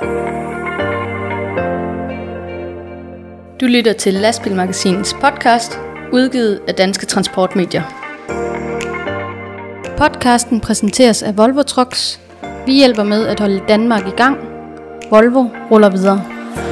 Du lytter til Lastbilmagasinets podcast, udgivet af Danske Transportmedier. Podcasten præsenteres af Volvo Trucks. Vi hjælper med at holde Danmark i gang. Volvo ruller videre.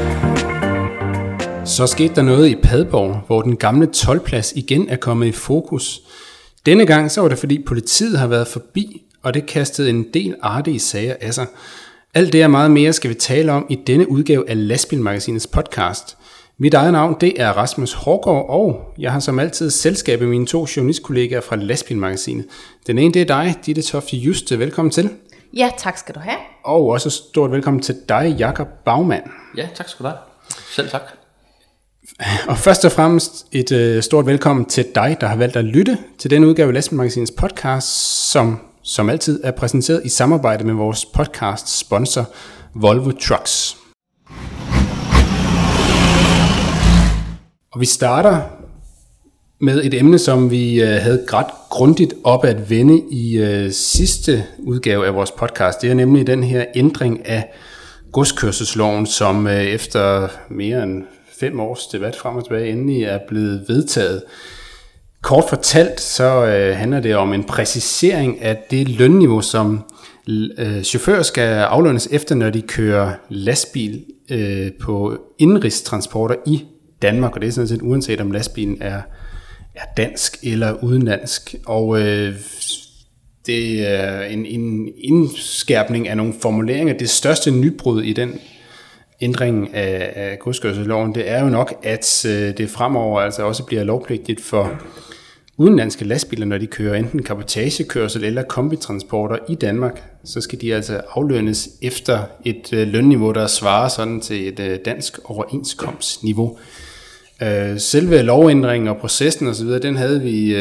Så skete der noget i Padborg, hvor den gamle toldplads igen er kommet i fokus. Denne gang så var det fordi politiet har været forbi, og det kastede en del artige sager af sig. Alt det og meget mere skal vi tale om i denne udgave af Lastbilmagasinets podcast. Mit eget navn, det er Rasmus Hårgaard, og jeg har som altid selskab med mine 2 journalistkollegaer fra Lastbilmagasinet. Den ene, det er dig, Ditte Tofte Juste. Velkommen til. Ja, tak skal du have. Og også stort velkommen til dig, Jakob Baumann. Ja, tak skal du have. Selv tak. Og først og fremmest et stort velkommen til dig, der har valgt at lytte til denne udgave af Lastbilmagasinets podcast, som altid er præsenteret i samarbejde med vores podcast sponsor Volvo Trucks. Og vi starter med et emne, som vi havde ret grundigt op at vende i sidste udgave af vores podcast. Det er nemlig den her ændring af godskørselsloven, som efter mere end 5 års debat frem og tilbage endelig er blevet vedtaget. Kort fortalt så handler det om en præcisering af det lønniveau, som chauffører skal aflønnes efter, når de kører lastbil på indenrigstransporter i Danmark, og det er sådan set uanset om lastbilen er dansk eller udenlandsk. Og det er en indskærpning af nogle formuleringer. Det største nybrud i den ændring af godskørselsloven, det er jo nok, at det fremover altså også bliver lovpligtigt for udenlandske lastbiler, når de kører enten cabotagekørsel eller kombitransporter i Danmark, så skal de altså aflønnes efter et lønniveau, der svarer sådan til et dansk overenskomstniveau. Selve lovændringen og processen osv., den havde vi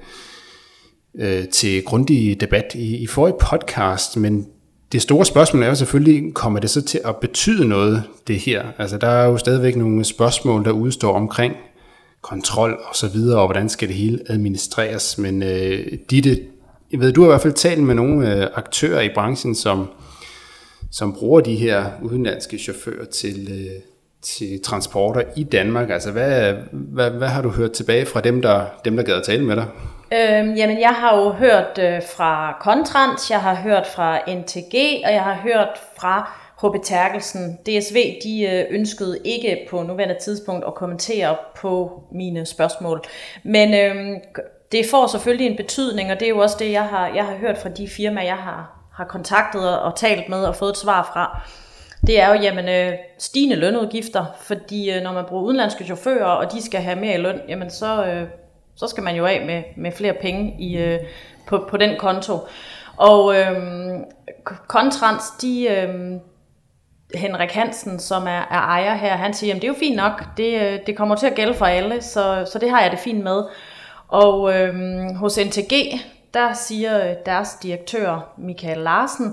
til grundig debat i forrige podcast, men det store spørgsmål er jo selvfølgelig, kommer det så til at betyde noget, det her? Altså der er jo stadigvæk nogle spørgsmål, der udstår omkring kontrol og så videre, og hvordan skal det hele administreres. Men Ditte, jeg ved, du har i hvert fald talt med nogle aktører i branchen, som bruger de her udenlandske chauffører til transporter i Danmark. Altså hvad har du hørt tilbage fra dem, der gad at tale med dig? Jamen jeg har jo hørt fra Contrans, jeg har hørt fra NTG, og jeg har hørt fra HB Terkelsen. DSV, de ønskede ikke på nuværende tidspunkt at kommentere på mine spørgsmål. Men det får selvfølgelig en betydning, og det er jo også det, jeg har hørt fra de firmaer, jeg har kontaktet og talt med og fået et svar fra. Det er jo stigende lønudgifter, fordi når man bruger udenlandske chauffører, og de skal have mere i løn, jamen så skal man jo af med flere penge på den konto. Og Contrans, Henrik Hansen, som er ejer her, han siger, at det er jo fint nok, det kommer til at gælde for alle, så det har jeg det fint med. Og hos NTG, der siger deres direktør, Michael Larsen,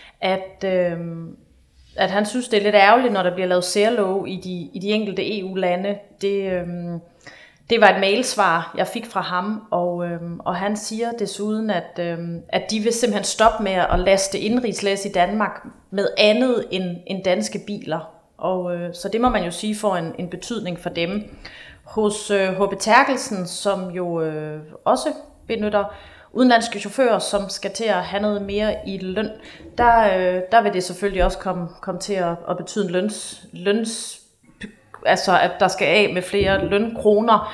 at han synes, det er lidt ærgerligt, når der bliver lavet særlove i de enkelte EU-lande. Det var et mailsvar, jeg fik fra ham, og han siger desuden, at de vil simpelthen stoppe med at laste indrigslæs i Danmark med andet end danske biler. Og så det må man jo sige får en betydning for dem. Hos HB Terkelsen, som jo også benytter udenlandske chauffører, som skal til at have noget mere i løn, der vil det selvfølgelig også komme til at betyde altså at der skal af med flere lønkroner.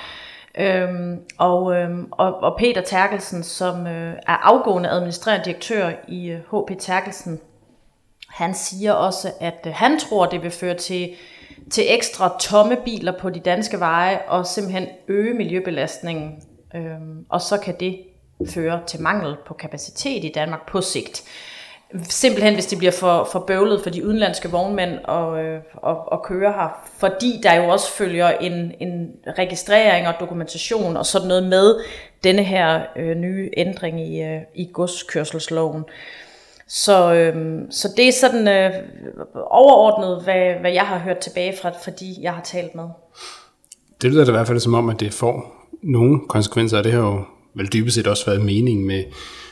Og Peter Terkelsen, som er afgående administrerende direktør i HB Terkelsen, han siger også, at han tror, det vil føre til ekstra tomme biler på de danske veje og simpelthen øge miljøbelastningen. Og så kan det føre til mangel på kapacitet i Danmark på sigt. Simpelthen hvis det bliver for bøvlet for de udenlandske vognmænd og køre her, fordi der jo også følger en registrering og dokumentation og sådan noget med denne her nye ændring i godskørselsloven. Så det er sådan overordnet, hvad jeg har hørt tilbage fra de, jeg har talt med. Det lyder da i hvert fald som om, at det får nogle konsekvenser, og det har jo vel dybest set også været mening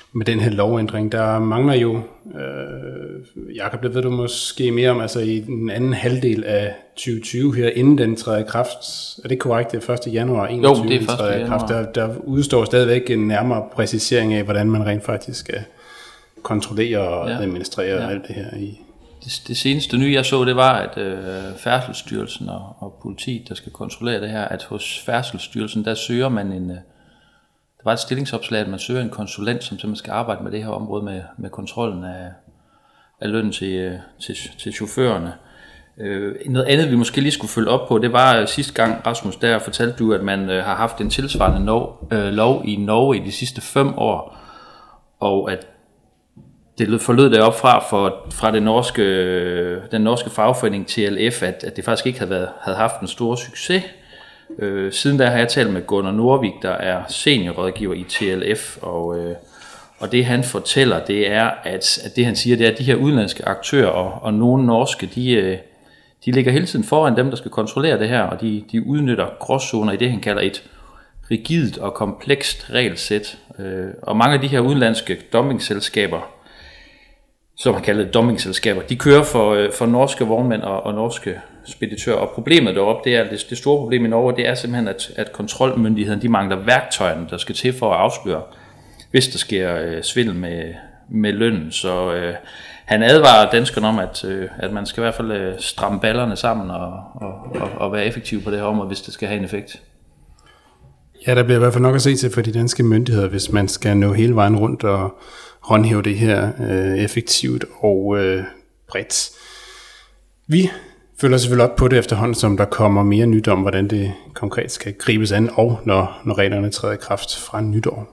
med den her lovændring. Der mangler jo, Jakob, det ved du måske mere om, altså i den anden halvdel af 2020 her, inden den træder i kraft. Er det korrekt, det er 1. januar 2021, jo, det er 1. træder i kraft. Der udstår stadigvæk en nærmere præcisering af, hvordan man rent faktisk skal kontrollere og administrere alt det her i. Det seneste nye, jeg så, det var, at Færdselsstyrelsen og politiet, der skal kontrollere det her, at hos Færdselsstyrelsen, der søger man der var et stillingsopslag, at man søger en konsulent, som simpelthen skal arbejde med det her område med kontrollen af lønnen til chaufførerne. Noget andet, vi måske lige skulle følge op på, det var sidste gang, Rasmus, der fortalte du, at man har haft en tilsvarende lov i Norge i de sidste 5 år, og at det forlød derop fra den norske fagforening TLF, at det faktisk ikke havde haft en stor succes. Siden da har jeg talt med Gunnar Nordvik, der er seniorrådgiver i TLF, og det han fortæller, det er, at det han siger, det er, at de her udenlandske aktører og nogle norske, de ligger hele tiden foran dem, der skal kontrollere det her, og de udnytter gråzoner i det, han kalder et rigidt og komplekst regelsæt. Og mange af de her udenlandske dumpingselskaber, som han kalder dumpingselskaber, de kører for norske vognmænd og norske speditører. Og problemet deroppe, det er, det store problem i Norge, det er simpelthen, at kontrolmyndigheden, de mangler værktøjerne, der skal til for at afsløre, hvis der sker svindel med lønnen. Så han advarer danskerne om, at man skal i hvert fald stramme ballerne sammen og være effektiv på det her område, hvis det skal have en effekt. Ja, der bliver i hvert fald nok at se til for de danske myndigheder, hvis man skal nå hele vejen rundt og håndhæve det her effektivt og bredt. Vi følger selvfølgelig op på det efterhånden, som der kommer mere nyt om, hvordan det konkret skal gribes an, og når reglerne træder i kraft fra nytår.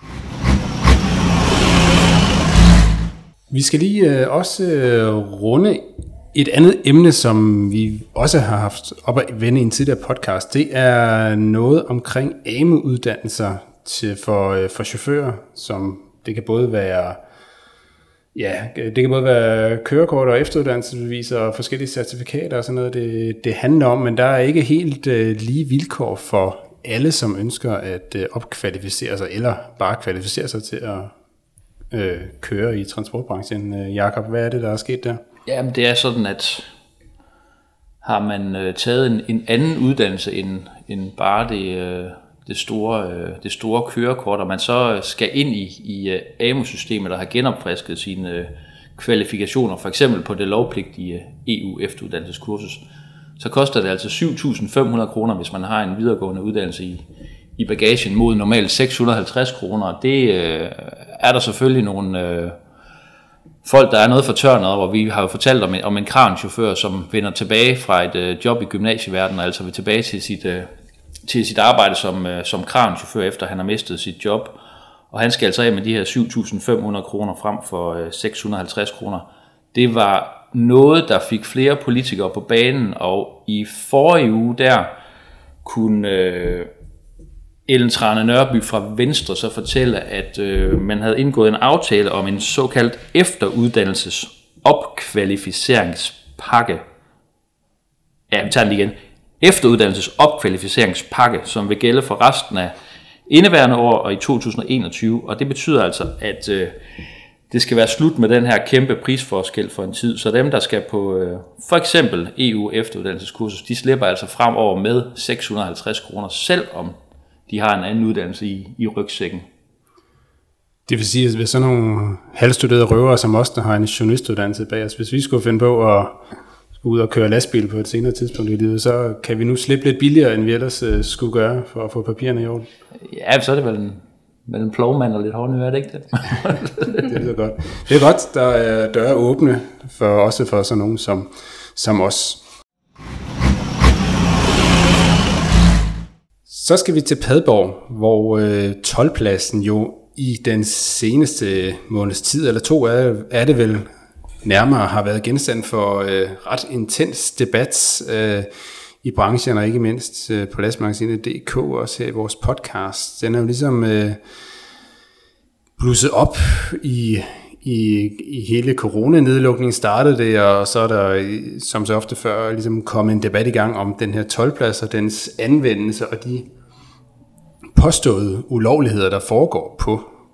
Vi skal lige også runde et andet emne, som vi også har haft op at vende i en tidligere podcast. Det er noget omkring AMU-uddannelser for chauffører, som det kan både være kørekort og efteruddannelsesbeviser og forskellige certifikater og sådan noget, det handler om, men der er ikke helt lige vilkår for alle, som ønsker at opkvalificere sig, eller bare kvalificere sig til at køre i transportbranchen. Jakob, hvad er det, der er sket der? Jamen, det er sådan, at har man taget en anden uddannelse end bare det store kørekort, og man så skal ind i AMU-systemet, der har genopfrisket sine kvalifikationer, for eksempel på det lovpligtige EU efteruddannelseskursus, så koster det altså 7.500 kroner, hvis man har en videregående uddannelse i bagagen, mod normalt 650 kroner. Det er der selvfølgelig nogle folk, der er noget fortørnet over. Vi har jo fortalt om en kranchauffør, som vender tilbage fra et job i gymnasieverdenen, og altså vil tilbage til sit arbejde som kranchauffør, efter han har mistet sit job. Og han skal altså af med de her 7.500 kroner frem for 650 kroner. Det var noget, der fik flere politikere på banen, og i forrige uge der kunne Ellen Trane Nørby fra Venstre så fortælle, at man havde indgået en aftale om en såkaldt efteruddannelses opkvalificeringspakke. Ja, vi tager den igen. Efteruddannelses opkvalificeringspakke, som vil gælde for resten af indeværende år og i 2021. Og det betyder altså, at det skal være slut med den her kæmpe prisforskel for en tid. Så dem, der skal på for eksempel EU efteruddannelseskursus, de slipper altså fremover med 650 kroner, selvom de har en anden uddannelse i rygsækken. Det vil sige, at hvis sådan nogle halvstuderede røvere som os, der har en journalistuddannelse bag os, hvis vi skulle finde på at ud og køre lastbil på et senere tidspunkt i livet, så kan vi nu slippe lidt billigere, end vi ellers skulle gøre for at få papirerne i orden. Ja, så er det vel en plovmand og lidt hårdnøje, er det ikke det? Det er godt. Det er godt, der er døre åbne, også for sådan nogen som os. Så skal vi til Padborg, hvor toldpladsen jo i den seneste måneds tid, eller 2 er det vel nærmere, har været genstand for ret intens debat i branchen, og ikke mindst på lastmagasinet.dk, også her i vores podcast. Den er jo ligesom blusset op i hele coronanedlukningen startede det, og så er der, som så ofte før, ligesom kommet en debat i gang om den her toldplads og dens anvendelse, og de påståede ulovligheder, der foregår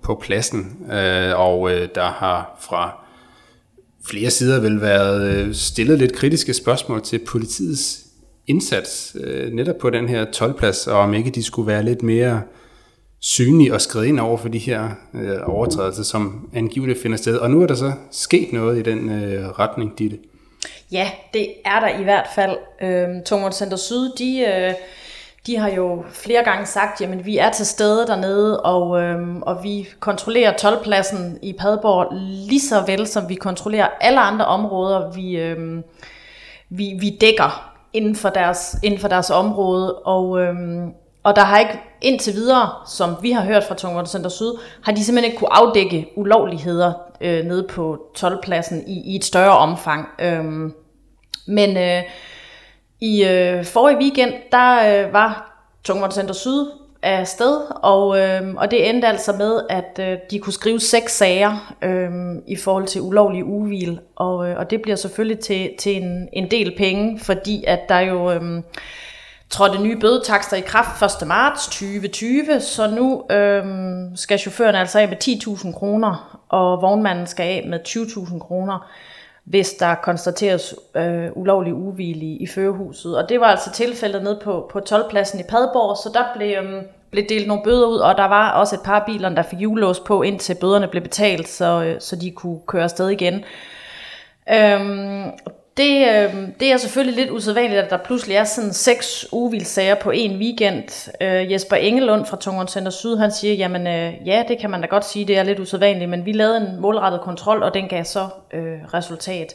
på pladsen, og der har fra flere sider vel været stillet lidt kritiske spørgsmål til politiets indsats netop på den her toldplads, og om ikke de skulle være lidt mere synlige og skride ind over for de her overtrædelser, som angiveligt finder sted. Og nu er der så sket noget i den retning, Ditte. Ja, det er der i hvert fald. Tungvognscenter Syd, de har jo flere gange sagt, jamen vi er til stede dernede, og vi kontrollerer toldpladsen i Padborg lige så vel, som vi kontrollerer alle andre områder, vi dækker inden for deres område. Og der har ikke indtil videre, som vi har hørt fra Tungvognscenter Syd, har de simpelthen ikke kunne afdække ulovligheder nede på toldpladsen i et større omfang. Men i forrige weekend, der var Tungvognscenter Syd af sted, og det endte altså med, at de kunne skrive 6 sager i forhold til ulovlig ugehvil, og det bliver selvfølgelig til en del penge, fordi at der jo trådte nye bødetakster i kraft 1. marts 2020, så nu skal chaufføren altså af med 10.000 kroner, og vognmanden skal af med 20.000 kroner, hvis der konstateres ulovlig ugehvil i førerhuset. Og det var altså tilfældet nede på toldpladsen i Padborg, så der blev delt nogle bøder ud, og der var også et par biler, der fik hjullås på, indtil bøderne blev betalt, så de kunne køre afsted igen. Det er selvfølgelig lidt usædvanligt, at der pludselig er sådan 6 ugehvilssager på en weekend. Jesper Engelund fra Tungvognscenter Syd, han siger, jamen ja, det kan man da godt sige, det er lidt usædvanligt, men vi lavede en målrettet kontrol, og den gav så resultat.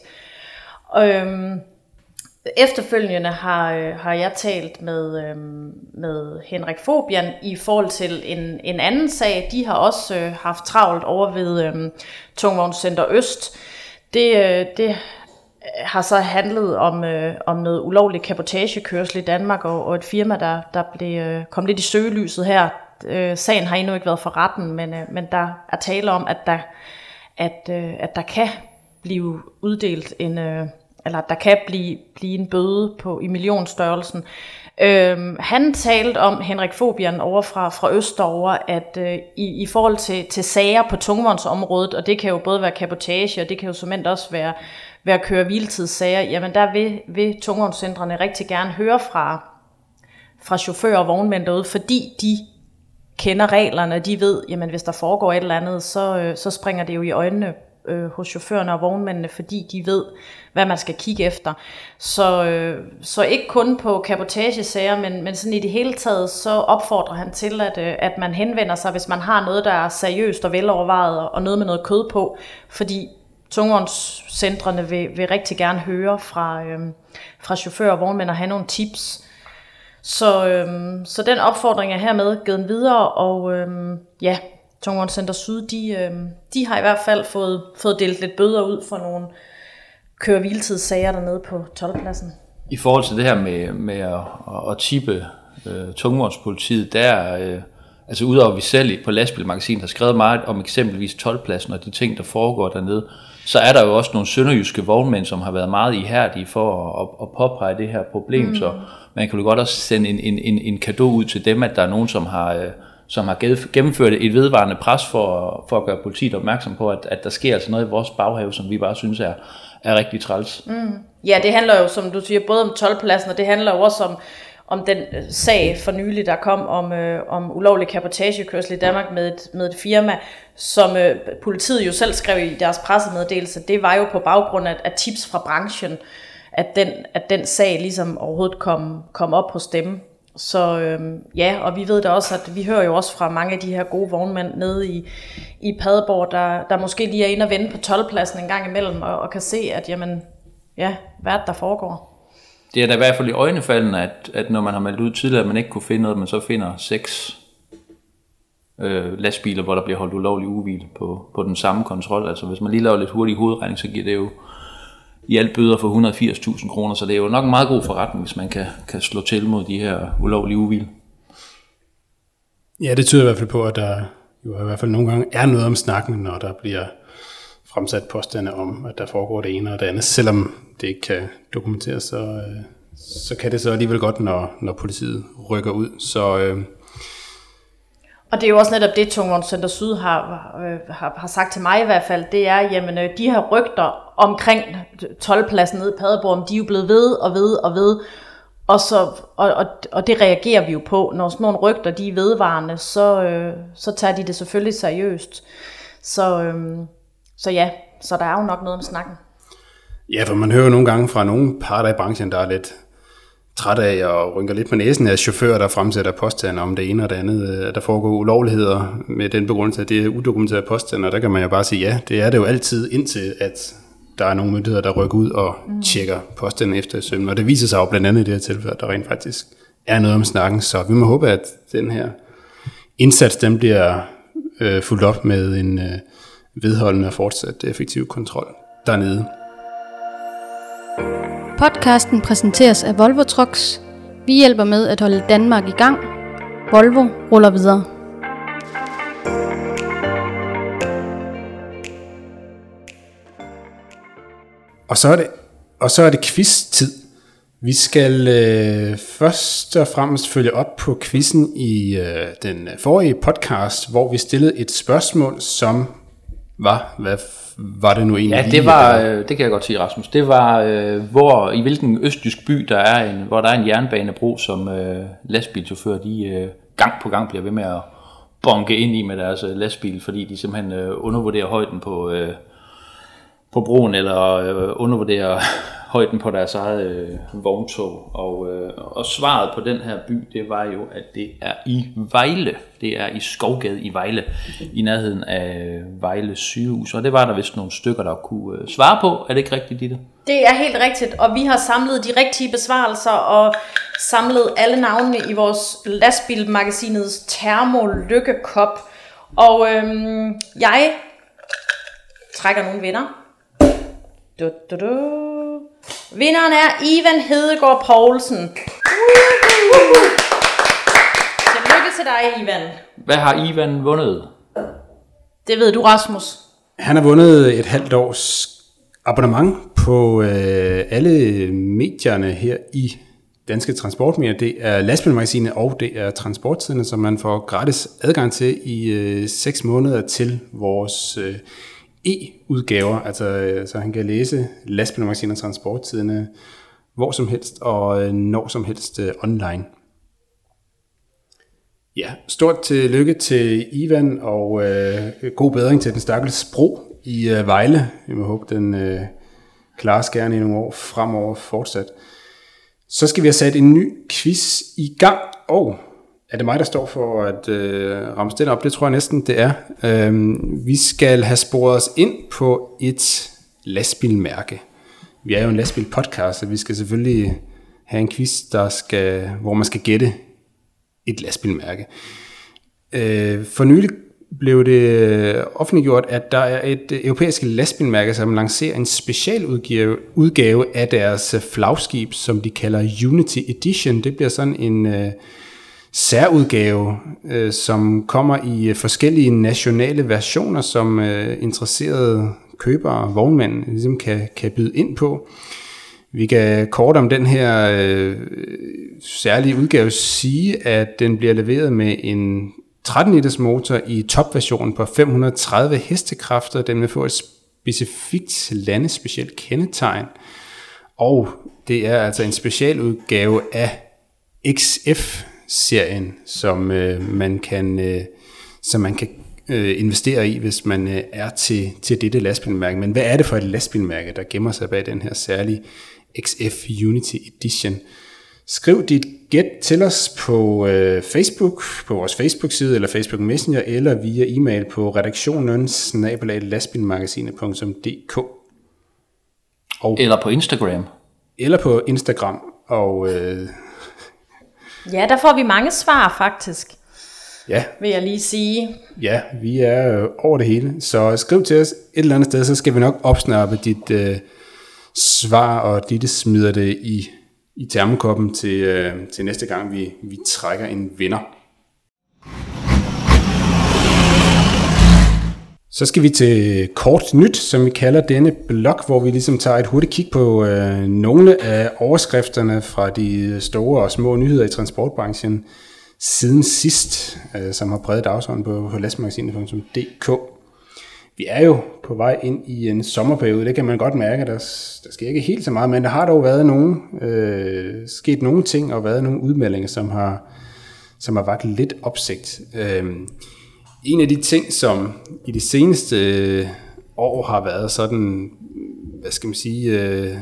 Efterfølgende har jeg talt med Henrik Fobian i forhold til en anden sag. De har også haft travlt over ved Tungvognscenter Øst. Det har så handlet om noget ulovlig cabotagekørsel i Danmark, og et firma, der kom lidt i søgelyset her. Sagen har endnu ikke været for retten, men der er tale om, at der kan blive uddelt eller der kan blive en bøde i millionstørrelsen. Han talte om, Henrik Fobian over fra Østover, at i forhold til sager på tungvognsområdet, og det kan jo både være cabotage, og det kan jo såmænd også være køre-hviletidssager, jamen der vil tungvognscentrene rigtig gerne høre fra chauffører og vognmænd derude, fordi de kender reglerne, og de ved, jamen hvis der foregår et eller andet, så springer det jo i øjnene hos chaufførerne og vognmændene, fordi de ved, hvad man skal kigge efter. Så ikke kun på cabotagesager, men sådan i det hele taget, så opfordrer han til, at man henvender sig, hvis man har noget, der er seriøst og velovervejet, og noget med noget kød på, fordi tungvognscentrene vil rigtig gerne høre fra chauffører og vognmænd og have nogle tips. Så den opfordring er hermed givet videre, og ja, Tungvognscenter Syd, de har i hvert fald fået delt lidt bøder ud for nogle køre-hviletidssager dernede på toldpladsen. I forhold til det her med at tippe tungvognspolitiet, der altså udover vi selv på Lastbilmagasinet har skrevet meget om eksempelvis toldpladsen og de ting, der foregår dernede, så er der jo også nogle sønderjyske vognmænd, som har været meget ihærdige for at påpege det her problem, så man kan jo godt også sende en cadeau ud til dem, at der er nogen, som har gennemført et vedvarende pres for at gøre politiet opmærksom på, at der sker altså noget i vores baghave, som vi bare synes er rigtig træls. Ja, det handler jo, som du siger, både om toldpladsen, og det handler jo også om den sag for nylig, der kom om ulovlig cabotagekørsel i Danmark med et firma, som politiet jo selv skrev i deres pressemeddelelse. Det var jo på baggrund af tips fra branchen, at den sag ligesom overhovedet kom op hos dem. Så ja, og vi ved da også, at vi hører jo også fra mange af de her gode vognmænd nede i Padborg, der måske lige er inde og vende på toldpladsen en gang imellem, og kan se, at jamen, ja, hvad der foregår. Det er da i hvert fald i øjnefaldene, at når man har meldt ud tidligere, at man ikke kunne finde noget, man så finder 6 lastbiler, hvor der bliver holdt ulovlig ugehvil på den samme kontrol. Altså hvis man lige laver lidt hurtig hovedregning, så giver det jo i alt bøder for 180.000 kroner, så det er jo nok en meget god forretning, hvis man kan slå til mod de her ulovlige ugehvil. Ja, det tyder i hvert fald på, at der jo i hvert fald nogle gange er noget om snakken, når der bliver fremsat påstande om, at der foregår det ene og det andet. Selvom det ikke kan dokumenteres, så kan det så alligevel godt, når politiet rykker ud. Og det er jo også netop det, Tungvognscenter Syd har sagt til mig i hvert fald, det er, jamen de her rygter omkring toldpladsen nede i Padborg, de er jo blevet ved og ved og ved, og det reagerer vi jo på. Når sådan nogle rygter, de er vedvarende, så tager de det selvfølgelig seriøst. Så ja, så der er jo nok noget om snakken. Ja, for man hører nogle gange fra nogle parter i branchen, der er lidt træt af og rynker lidt på næsen af chauffører, der fremsætter påstande om det ene og det andet, at der foregår ulovligheder med den begrundelse, at det er udokumenterede påstande, og der kan man jo bare sige, ja, det er det jo altid, indtil at der er nogle myndigheder, der rykker ud og tjekker påstanden efter sømmen, og det viser sig jo blandt andet i det her tilfælde, at der rent faktisk er noget om snakken, så vi må håbe, at den her indsats, den bliver fulgt op med en vedholdende og fortsat effektiv kontrol dernede. Podcasten præsenteres af Volvo Trucks. Vi hjælper med at holde Danmark i gang. Volvo ruller videre. Og så er det quiz-tid. Vi skal først og fremmest følge op på quizzen i den forrige podcast, hvor vi stillede et spørgsmål, som var, hvad var det nu egentlig? Ja, det kan jeg godt sige, Rasmus. Det var, i hvilken østjysk by hvor der er en jernbanebro, som lastbilchauffører, de gang på gang bliver ved med at bonke ind i med deres lastbil, fordi de simpelthen undervurderer højden på broen, eller undervurderer højden på deres eget vogntog. Og svaret på den her by, det var jo, at det er i Vejle. Det er i Skovgade i Vejle, i nærheden af Vejle sygehus. Og det var der vist nogle stykker, der kunne svare på. Er det ikke rigtigt, Ditte? Det er helt rigtigt, og vi har samlet de rigtige besvarelser og samlet alle navnene i vores lastbilmagasinets termolykkekop. Og jeg trækker nogle vinder. Vinderen er Ivan Hedegaard Poulsen. Tillykke til dig, Ivan. Hvad har Ivan vundet? Det ved du, Rasmus. Han har vundet et halvt års abonnement på alle medierne her i Danske Transportmedier. Det er Lastbilmagasinet, og det er Transporttidene, som man får gratis adgang til i 6 måneder til vores e-udgaver, altså så han kan læse Lastbilmagasinet og Transporttidene hvor som helst og når som helst online. Ja, stort tillykke til Ivan, og god bedring til den stakkels bro i Vejle. Vi må håbe, den klarer skærne i nogle år fremover fortsat. Så skal vi have sat en ny quiz i gang, og er det mig, der står for at ramse den op? Det tror jeg næsten, det er. Vi skal have sporet os ind på et lastbilmærke. Vi er jo en lastbilpodcast, så vi skal selvfølgelig have en quiz, hvor man skal gætte et lastbilmærke. For nylig blev det offentliggjort, at der er et europæisk lastbilmærke, som lancerer en specialudgave af deres flagskib, som de kalder Unity Edition. Det bliver sådan en særudgave, som kommer i forskellige nationale versioner, som interesserede købere og vognmænd ligesom kan byde ind på. Vi kan kort om den her særlige udgave sige, at den bliver leveret med en 13 liters motor i topversionen på 530 hestekræfter. Den vil få et specifikt landespecielt kendetegn, og det er altså en specialudgave af XF-serien, som man kan investere i, hvis man er til dette lastbilmærke. Men hvad er det for et lastbilmærke, der gemmer sig bag den her særlige XF Unity Edition? Skriv dit gæt til os på Facebook, på vores Facebook-side eller Facebook Messenger, eller via e-mail på redaktionen@lastbilmagasinet.dk. Eller på Instagram. Og ja, der får vi mange svar faktisk. Ja. Vil jeg lige sige. Ja, vi er over det hele. Så skriv til os et eller andet sted, så skal vi nok opsnappe dit svar, og Ditte smider det i termokoppen til næste gang, vi trækker en vinder. Så skal vi til kort nyt, som vi kalder denne blog, hvor vi ligesom tager et hurtigt kig på nogle af overskrifterne fra de store og små nyheder i transportbranchen siden sidst, som har præget dagsordenen på lastmagasinet.dk. Vi er jo på vej ind i en sommerperiode, det kan man godt mærke, der sker ikke helt så meget, men der har dog været sket nogle ting og været nogle udmeldinger, som har vakt lidt opsigt. En af de ting, som i de seneste år har været sådan, hvad skal man sige,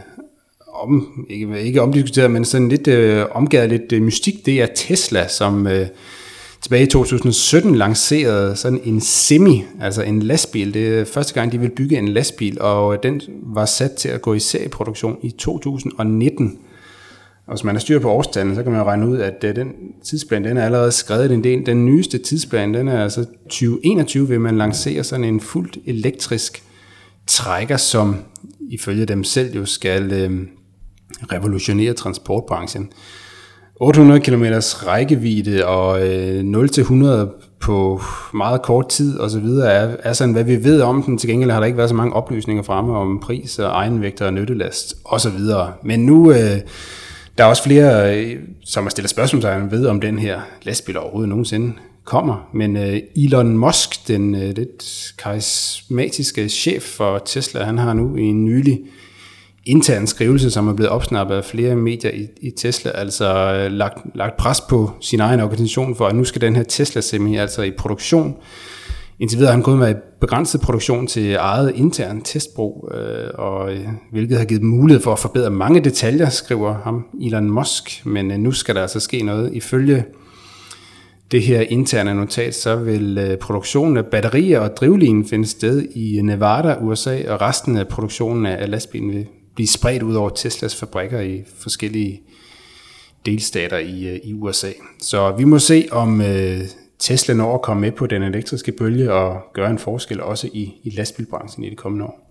ikke omdiskuteret, men sådan lidt omgivet lidt mystik, det er Tesla, som tilbage i 2017 lancerede sådan en Semi, altså en lastbil. Det er første gang, de ville bygge en lastbil, og den var sat til at gå i serieproduktion i 2019. Og hvis man har styr på årstallet, så kan man jo regne ud, at den tidsplan, den er allerede skrevet en del. Den nyeste tidsplan, den er altså 2021, vil man lancere sådan en fuldt elektrisk trækker, som ifølge dem selv jo skal revolutionere transportbranchen. 800 km rækkevidde og 0-100 på meget kort tid og så videre er sådan, hvad vi ved om den. Til gengæld har der ikke været så mange oplysninger fremme om pris og egenvægt og nyttelast og så videre. Men nu der er også flere, som har stillet spørgsmålstegn ved, om den her lastbil overhovedet nogensinde kommer. Men Elon Musk, den lidt karismatiske chef for Tesla, han har nu i en nylig intern skrivelse, som er blevet opsnappet af flere medier i Tesla, altså lagt pres på sin egen organisation for, at nu skal den her Tesla Semi altså i produktion. Indtil videre har han gået med begrænset produktion til eget intern testbrug, hvilket har givet mulighed for at forbedre mange detaljer, skriver ham Elon Musk, men nu skal der altså ske noget. Ifølge det her interne notat, så vil produktionen af batterier og drivlin finde sted i Nevada, USA, og resten af produktionen af lastbilen vil blive spredt ud over Teslas fabrikker i forskellige delstater i USA. Så vi må se, om Tesla når at komme med på den elektriske bølge og gøre en forskel også i lastbilbranchen i de kommende år.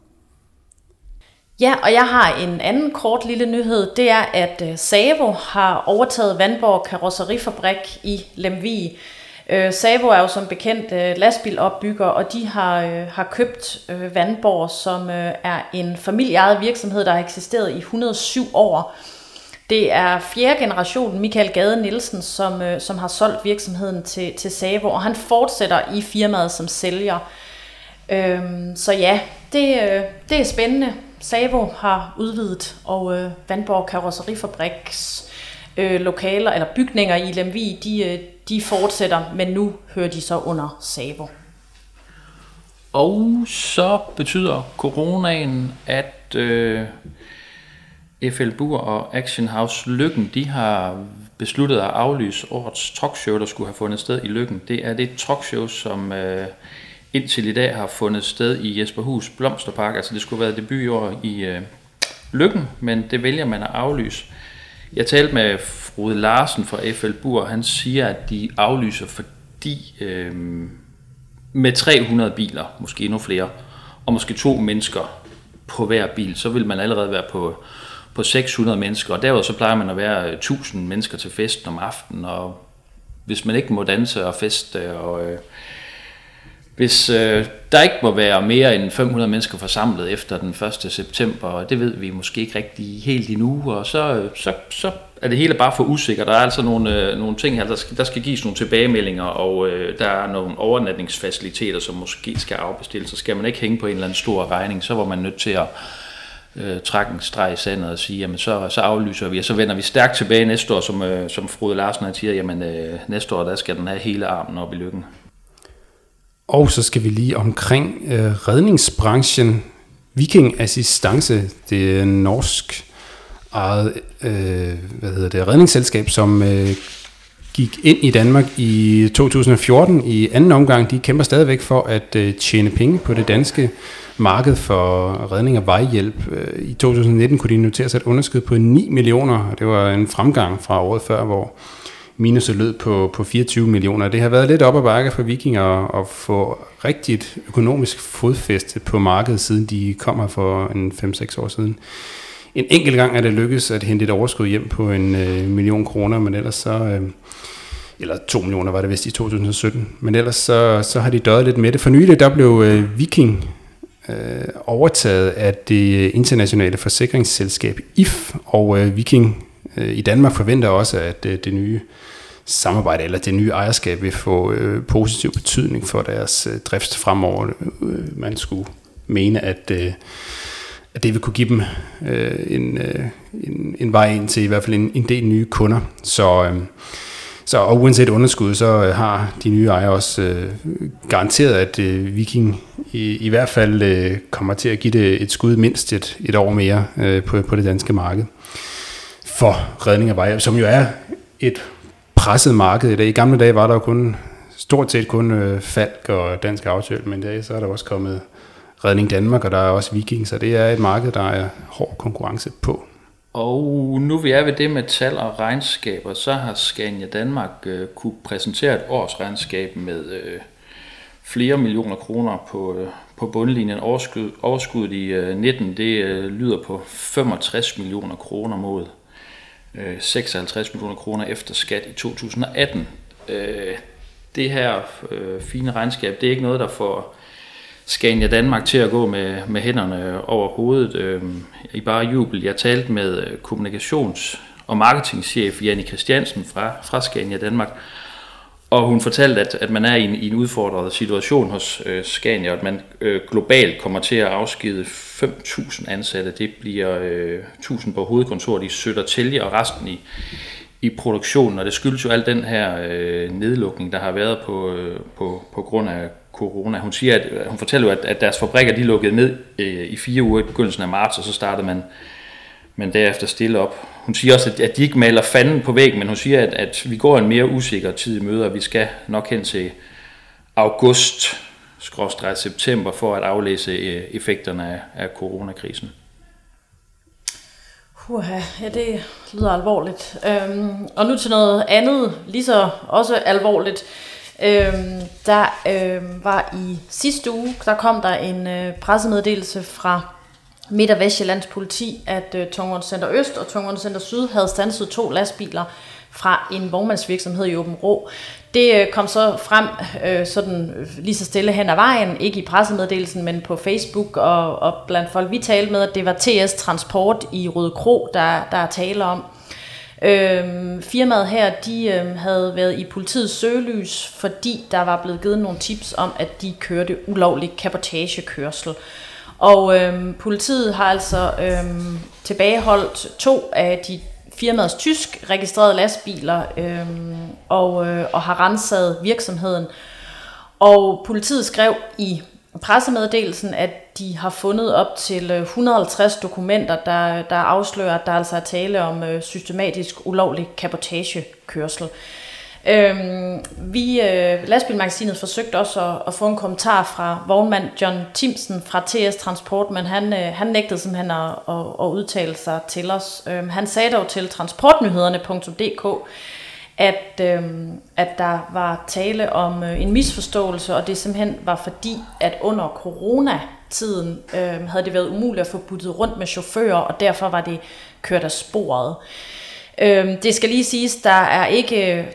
Ja, og jeg har en anden kort lille nyhed. Det er, at Savo har overtaget Vandborg Karosserifabrik i Lemvig. Savo er jo som bekendt lastbilopbygger, og de har købt Vandborg, som er en familieejet virksomhed, der har eksisteret i 107 år. Det er 4. generation Michael Gade Nielsen, som har solgt virksomheden til Savo, og han fortsætter i firmaet som sælger. Så ja, det er spændende. Savo har udvidet, og Vandborg Karosseriffabriks lokaler eller bygninger i Lemvig, de fortsætter, men nu hører de så under Savo. Og så betyder coronaen, at FL Bur og Action House Løkken, de har besluttet at aflyse årets talkshow, der skulle have fundet sted i Løkken. Det er det talkshow, som indtil i dag har fundet sted i Jesperhus Blomsterpark. Altså det skulle være debut i år i Løkken, men det vælger man at aflyse. Jeg talte med Frode Larsen fra FL Bur, og han siger, at de aflyser, fordi med 300 biler, måske endnu flere, og måske 2 mennesker på hver bil, så vil man allerede være på 600 mennesker, og derudover så plejer man at være 1000 mennesker til festen om aftenen, og hvis man ikke må danse og feste, og hvis der ikke må være mere end 500 mennesker forsamlet efter den 1. september, og det ved vi måske ikke rigtig helt endnu, og så er det hele bare for usikkert. Der er altså nogle ting her, der skal gives nogle tilbagemeldinger, og der er nogle overnatningsfaciliteter, som måske skal afbestilles, så skal man ikke hænge på en eller anden stor regning, så var man nødt til at trække en streg i sandet og sige, jamen så aflyser vi, og så vender vi stærkt tilbage næste år, som Frode Larsen har siger, jamen næste år, der skal den have hele armen op i Løkken. Og så skal vi lige omkring redningsbranchen. Viking Assistance, det er norsk eget redningsselskab, som gik ind i Danmark i 2014 i anden omgang. De kæmper stadigvæk for at tjene penge på det danske marked for redning og vejhjælp. I 2019 kunne de notere sig et underskud på 9 millioner, og det var en fremgang fra året før, hvor minuset lød på 24 millioner. Det har været lidt op ad bakke for Viking at få rigtigt økonomisk fodfæste på markedet, siden de kom her for en 5-6 år siden. En enkelt gang er det lykkedes at hente et overskud hjem på 1 million kroner, men ellers så, eller 2 millioner var det vist i 2017, men ellers så har de døjet lidt med det. For nylig der blev Viking overtaget af det internationale forsikringsselskab If, og Viking i Danmark forventer også, at det nye samarbejde eller det nye ejerskab vil få positiv betydning for deres drift fremover. Man skulle mene, at det vil kunne give dem en vej ind til i hvert fald en del nye kunder. Og uanset underskud, så har de nye ejere også garanteret, at Viking i hvert fald kommer til at give det et skud mindst et år mere på det danske marked for redning af veje, som jo er et presset marked i dag. I gamle dage var der jo stort set kun Falck og Dansk Autohjælp, men i dag så er der også kommet Redning Danmark, og der er også Viking, så det er et marked, der er hård konkurrence på. Og nu vi er ved det med tal og regnskaber, så har Scania Danmark kunne præsentere et årsregnskab med flere millioner kroner på bundlinjen. Overskuddet i 19, det lyder på 65 millioner kroner mod 56 millioner kroner efter skat i 2018. Det her fine regnskab, det er ikke noget, der får Scania Danmark til at gå med hænderne over hovedet i bare jubel. Jeg talte med kommunikations- og marketingchef Janni Christiansen fra Scania Danmark, og hun fortalte, at man er i en udfordret situation hos Scania, og at man globalt kommer til at afskede 5.000 ansatte. Det bliver 1.000 på hovedkontoret i Södertälje og resten i produktionen, og det skyldes jo al den her nedlukning, der har været på grund af corona. Hun fortæller jo, at deres fabrikker de lukkede ned i 4 uger i begyndelsen af marts, og så startede man derefter stille op. Hun siger også, at de ikke maler fanden på væggen, men hun siger, at vi går en mere usikker tid i møde, og vi skal nok hen til august/september for at aflæse effekterne af coronakrisen. Ja, det lyder alvorligt. Og nu til noget andet, lige så også alvorligt. Der var i sidste uge, der kom der en pressemeddelelse fra Midt- og Vestjyllands politi, at Tungvognscenter Øst og Tungvognscenter Syd havde standset 2 lastbiler fra en vognmandsvirksomhed i Åben Rå. Det kom så frem sådan lige så stille hen ad vejen, ikke i pressemeddelelsen, men på Facebook og blandt folk vi talte med, at det var TS Transport i Rødekro, der er tale om. Firmaet her, de havde været i politiets søgelys, fordi der var blevet givet nogle tips om, at de kørte ulovlig cabotagekørsel. Og politiet har altså tilbageholdt 2 af de firmaets tysk registrerede lastbiler og har renset virksomheden. Og politiet skrev i pressemeddelelsen, at de har fundet op til 150 dokumenter, der afslører, at der altså er tale om systematisk ulovlig cabotagekørsel. Lastbilmagasinet forsøgte også at få en kommentar fra vognmand John Timsen fra TS Transport, men han nægtede simpelthen at udtale sig til os. Han sagde dog til transportnyhederne.dk, at der var tale om en misforståelse, og det simpelthen var fordi, at under coronatiden havde det været umuligt at få byttet rundt med chauffører, og derfor var det kørt af sporet. Det skal lige siges, sagen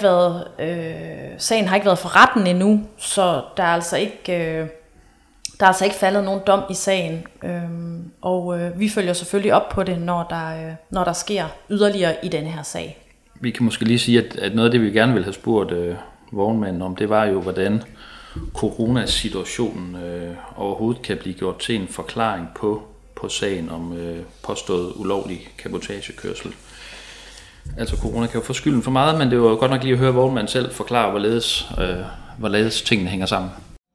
har ikke været for retten endnu, så der er altså ikke faldet nogen dom i sagen, og vi følger selvfølgelig op på det, når der sker yderligere i denne her sag. Vi kan måske lige sige, at noget af det, vi gerne vil have spurgt vognmanden om, det var jo, hvordan coronasituationen overhovedet kan blive gjort til en forklaring på sagen om påstået ulovlig cabotagekørsel. Altså corona kan jo få skylden for meget, men det var jo godt nok lige at høre vognmanden selv forklare, hvorledes tingene hænger sammen.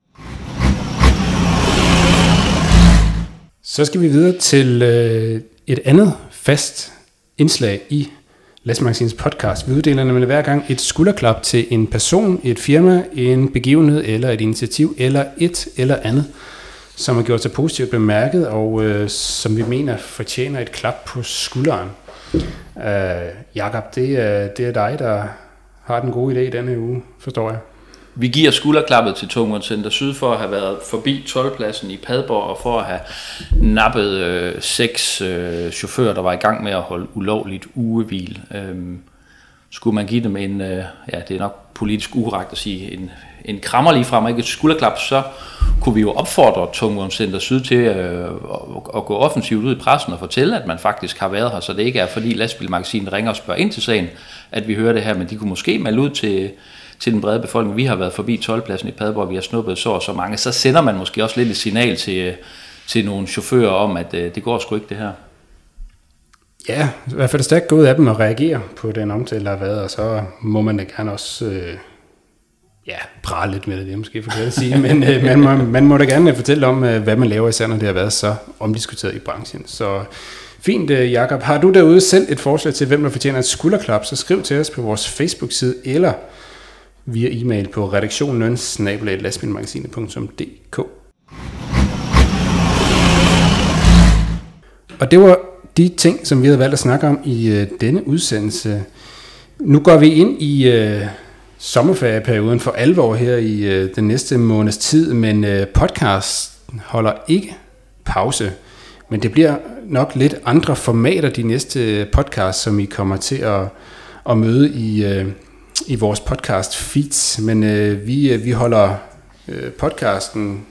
Så skal vi videre til et andet fast indslag i Lastbilmagasinets podcast. Vi uddeler nemlig hver gang et skulderklap til en person, et firma, en begivenhed eller et initiativ eller et eller andet, som har gjort sig positivt bemærket og som vi mener fortjener et klap på skulderen. Jakob, det er dig, der har den gode idé denne uge, forstår jeg. Vi giver skulderklappet til Tungvognscenter Syd for at have været forbi toldpladsen i Padborg og for at have nappet 6 chauffører, der var i gang med at holde ulovligt ugehvil. skulle man give dem en, det er nok politisk ukorrekt at sige, en krammer lige frem, ikke et skulderklap, så kunne vi jo opfordre Tungvognscenter Syd til at gå offensivt ud i pressen og fortælle, at man faktisk har været her, så det ikke er fordi Lastbilmagasinet ringer og spørger ind til sagen, at vi hører det her, men de kunne måske melde ud til den brede befolkning. Vi har været forbi toldpladsen i Padborg, vi har snuppet så mange, så sender man måske også lidt et signal til nogle chauffører om, at det går sgu ikke det her. Ja, i hvert fald stærkt gået af dem at reagere på den omtale, der har været, og så må man da gerne også prale lidt med det er måske for det at sige, men man må da gerne fortælle om, hvad man laver, især når det har været så omdiskuteret i branchen. Så fint, Jakob. Har du derude selv et forslag til, hvem der fortjener et skulderklap, så skriv til os på vores Facebook-side, eller via e-mail på redaktionen@lastbilmagasinet.dk. Og det var de ting, som vi havde valgt at snakke om i denne udsendelse. Nu går vi ind i sommerferieperioden for alvor her i den næste måneds tid, men podcast holder ikke pause. Men det bliver nok lidt andre formater, de næste podcasts, som I kommer til at møde i vores podcast feeds. Men vi holder podcasten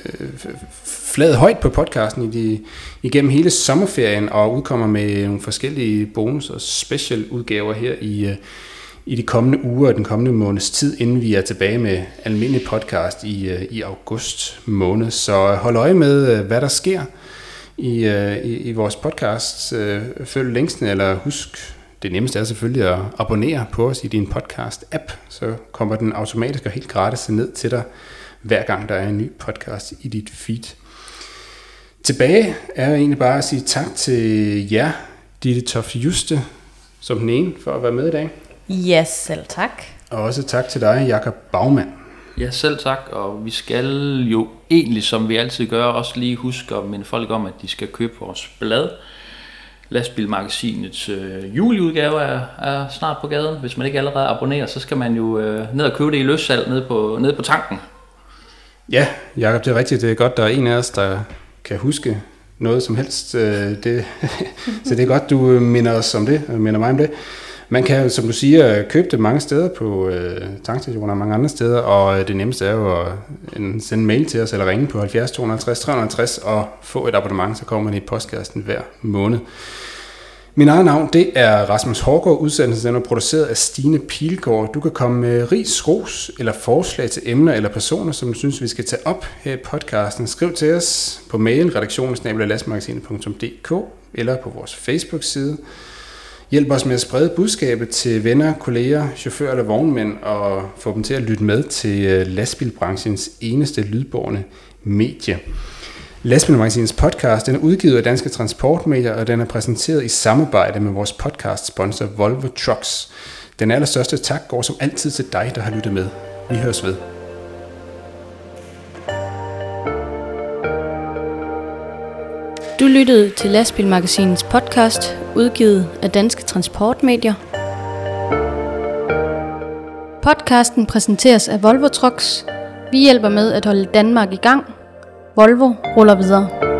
fladet højt på podcasten igennem hele sommerferien og udkommer med nogle forskellige bonus- og special udgaver her i de kommende uger og den kommende måneds tid, inden vi er tilbage med almindelig podcast i august måned. Så hold øje med, hvad der sker i vores podcast. Følg linksene, eller husk, det nemmeste er selvfølgelig at abonnere på os i din podcast-app, så kommer den automatisk og helt gratis ned til dig, hver gang der er en ny podcast i dit feed. Tilbage er egentlig bare at sige tak til jer, Ditte Toft Juste, som den ene, for at være med i dag. Ja, selv tak. Og også tak til dig, Jakob Baumann. Ja, selv tak, og vi skal jo egentlig, som vi altid gør, også lige huske at minde folk om, at de skal købe vores blad. Lastbilmagasinets juleudgave er snart på gaden. Hvis man ikke allerede abonnerer, så skal man jo ned og købe det i løssalg nede på tanken. Ja, Jakob, det er rigtigt. Det er godt, der er en af os, der kan huske noget som helst. Så det er godt, du minder os om det, minder mig om det. Man kan, som du siger, købe det mange steder på tankstationer og mange andre steder, og det nemmeste er jo at sende mail til os eller ringe på 70 250 350 og få et abonnement, så kommer man i postkassen hver måned. Min eget navn, det er Rasmus Hårgaard. Udsendelsen er produceret af Stine Pilgaard. Du kan komme med ris, ros eller forslag til emner eller personer, som du synes, vi skal tage op her i podcasten. Skriv til os på mail redaktionen@lastbilmagasinet.dk eller på vores Facebook-side. Hjælp os med at sprede budskabet til venner, kolleger, chauffører eller vognmænd og få dem til at lytte med til lastbilbranchens eneste lydbårne medie. Lastbilmagasinets podcast den er udgivet af Danske Transportmedier, og den er præsenteret i samarbejde med vores podcast-sponsor Volvo Trucks. Den allerstørste tak går som altid til dig, der har lyttet med. Vi høres ved. Du lyttede til Lastbilmagasinets podcast, udgivet af Danske Transportmedier. Podcasten præsenteres af Volvo Trucks. Vi hjælper med at holde Danmark i gang. Volvo ruller videre.